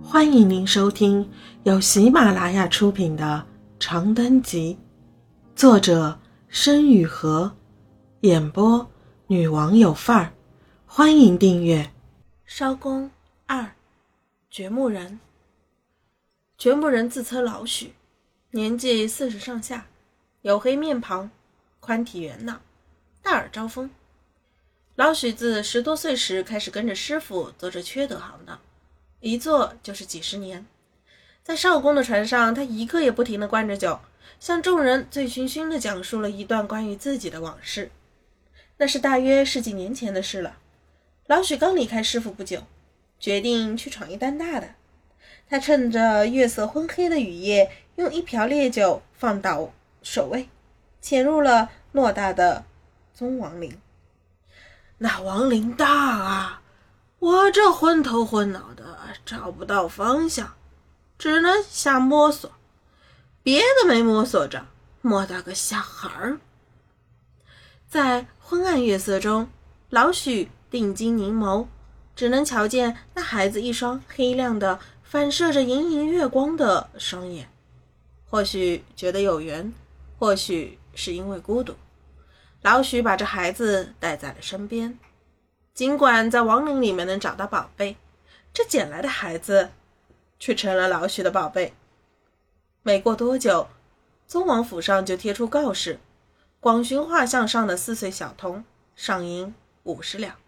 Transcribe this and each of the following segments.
欢迎您收听由喜马拉雅出品的《长灯集》，作者申雨禾，演播女王有范儿。欢迎订阅。 烧公2，掘墓人。掘墓人自称老许，年纪40上下，黝黑面庞，宽体圆脑，大耳招风。老许自10多岁时开始跟着师傅做这缺德行当，一做就是几十年。在少公的船上，他一刻也不停地灌着酒，向众人醉醺醺地讲述了一段关于自己的往事。那是大约10几年前的事了。老许刚离开师傅不久，决定去闯一单大的。他趁着月色昏黑的雨夜，用1瓢烈酒放倒守卫，潜入了偌大的宗王陵。 那王陵大啊，我这昏头昏脑的找不到方向，只能瞎摸索，别的没摸索着，摸到个小孩儿。 在昏暗月色中，老许定睛凝眸，只能瞧见那孩子一双黑亮的反射着盈盈月光的双眼。或许觉得有缘，或许是因为孤独，老许把这孩子带在了身边。尽管在王陵里面能找到宝贝，这捡来的孩子却成了老许的宝贝。没过多久，宗王府上就贴出告示，广寻画像上的4岁小童，赏银50两。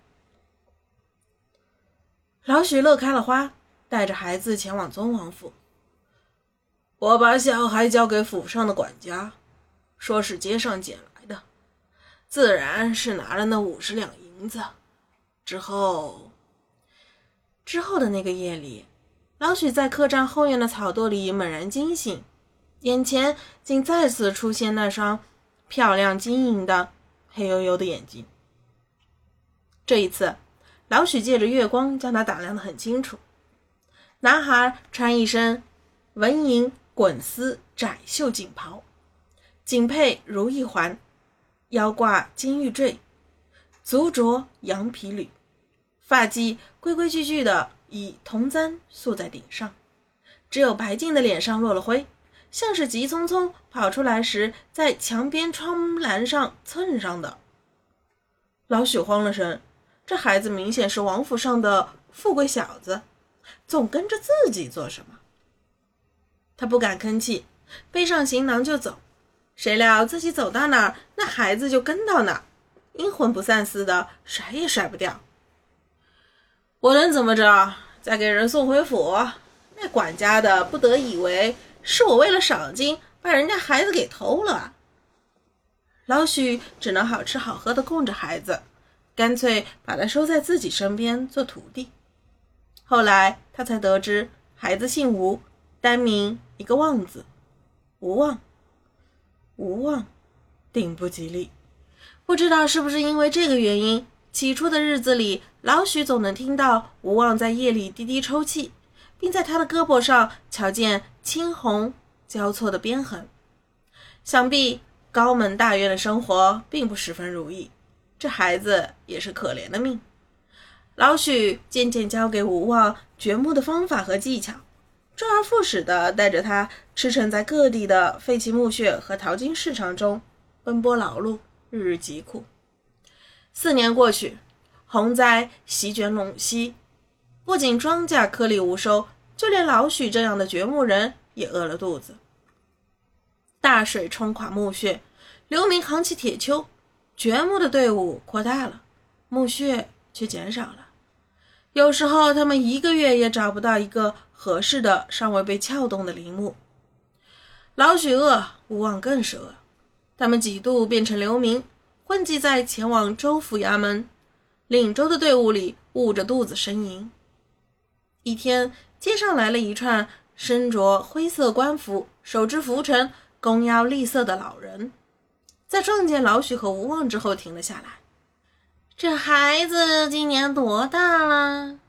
老许乐开了花，带着孩子前往宗王府。 我把小孩交给府上的管家，说是街上捡来的，自然是拿了那50两银子。之后的那个夜里，老许在客栈后院的草垛里猛然惊醒，眼前竟再次出现那双漂亮晶莹的黑黝黝的眼睛。这一次，老许借着月光将他打量得很清楚。男孩穿一身纹银滚丝窄袖锦袍，颈佩如意环，腰挂金玉坠，足着羊皮履，发髻规规矩矩的以铜簪束在顶上，只有白净的脸上落了灰，像是急匆匆跑出来时在墙边窗栏上蹭上的。老许慌了神，这孩子明显是王府上的富贵小子，总跟着自己做什么？他不敢吭气，背上行囊就走，谁料自己走到哪儿，那孩子就跟到哪儿，阴魂不散似的，甩也甩不掉。 我能怎么着？再给人送回府， 那管家的不得以为是我为了赏金把人家孩子给偷了。老许只能好吃好喝的供着孩子，干脆把他收在自己身边做徒弟。后来他才得知，孩子姓吴，单名一个望字，无望。无望定不吉利。不知道是不是因为这个原因，起初的日子里，老许总能听到吴望在夜里低低抽泣，并在他的胳膊上瞧见青红交错的边痕。想必高门大院的生活并不十分如意，这孩子也是可怜的命。老许渐渐教给吴望掘墓的方法和技巧，周而复始地带着他驰骋在各地的废弃墓穴和淘金市场中奔波劳碌，日日疾苦。4年过去，洪灾席卷陇西，不仅庄稼颗粒无收，就连老许这样的掘墓人也饿了肚子。大水冲垮墓穴，流民扛起铁锹，掘墓的队伍扩大了，墓穴却减少了。有时候他们1个月也找不到一个合适的尚未被撬动的陵墓。老许饿，吴望更是饿，他们几度变成流民，混迹在前往州府衙门领州的队伍里，捂着肚子呻吟。一天，街上来了一串身着灰色官服，手执拂尘，弓腰厉色的老人，在撞见老许和吴望之后停了下来。这孩子今年多大了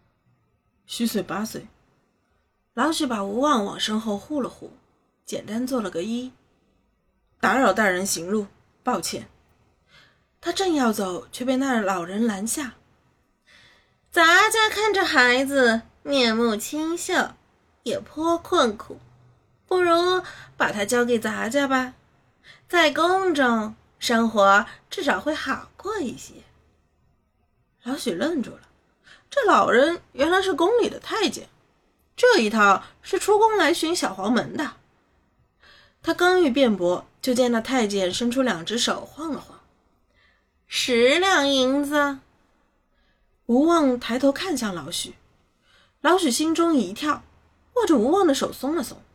？10岁8岁。 老许把吴望往身后护了护，简单做了个揖。打扰大人行路，抱歉。他正要走，却被那老人拦下。咱家看着孩子， 面目清秀，也颇困苦，不如把它交给咱家吧，在宫中生活至少会好过一些。 老许愣住了，这老人原来是宫里的太监，这一套是出宫来寻小黄门的。他刚欲辩驳，就见那太监伸出2只手晃了晃。 10两银子。 吴望抬头看向老许，老许心中一跳，握着吴望的手松了松。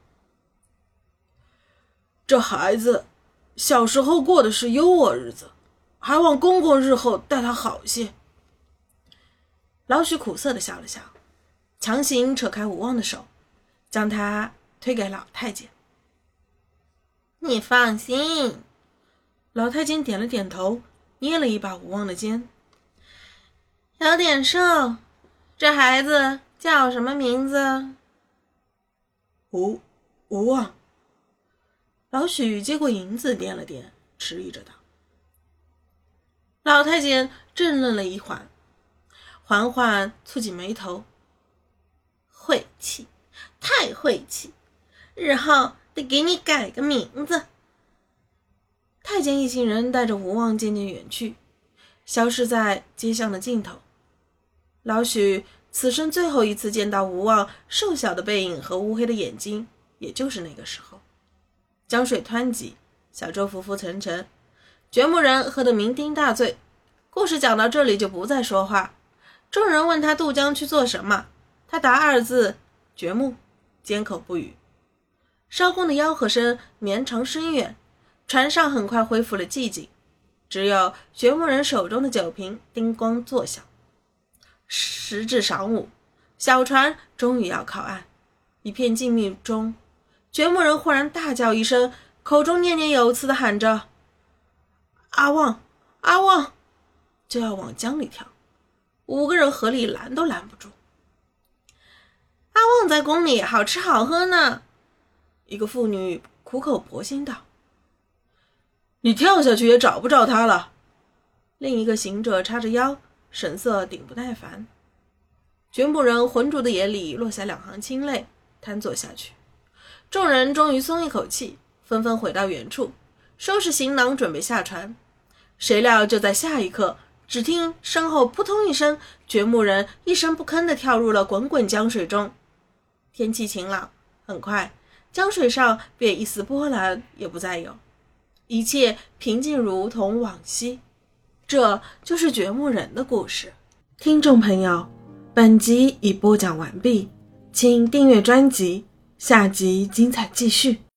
这孩子小时候过的是优渥日子，还望公公日后待他好些。老许苦涩地笑了笑，强行扯开吴望的手，将他推给老太监。 你放心。 老太监点了点头，捏了一把吴望的肩。 有点瘦，这孩子叫什么名字？ 吴望。老许接过银子掂了掂，迟疑着道。老太监怔愣了一会，缓缓蹙起眉头。 晦气，太晦气，日后得给你改个名字。 太监一行人带着吴望渐渐远去，消失在街巷的尽头。老许此生最后一次见到吴望瘦小的背影和乌黑的眼睛，也就是那个时候。江水湍急，小舟浮浮沉沉，掘墓人喝得酩酊大醉。故事讲到这里就不再说话。众人问他渡江去做什么，他答2字：掘墓，缄口不语。艄公的吆喝声绵长深远，船上很快恢复了寂静，只有掘墓人手中的酒瓶叮咣作响。时至晌午，小船终于要靠岸。一片静谧中，掘墓人忽然大叫一声，口中念念有词地喊着：阿旺，阿旺！就要往江里跳，5个人合力拦都拦不住。 阿旺在宫里好吃好喝呢。 一个妇女苦口婆心道。你跳下去也找不着他了。另一个行者叉着腰，神色顶不耐烦。掘墓人浑浊的眼里落下2行清泪，瘫坐下去。众人终于松一口气，纷纷回到原处，收拾行囊准备下船。谁料就在下一刻，只听身后扑通一声，掘墓人一声不吭地跳入了滚滚江水中。天气晴朗，很快江水上便一丝波澜也不再有，一切平静如同往昔。这就是掘墓人的故事。听众朋友，本集已播讲完毕，请订阅专辑，下集精彩继续。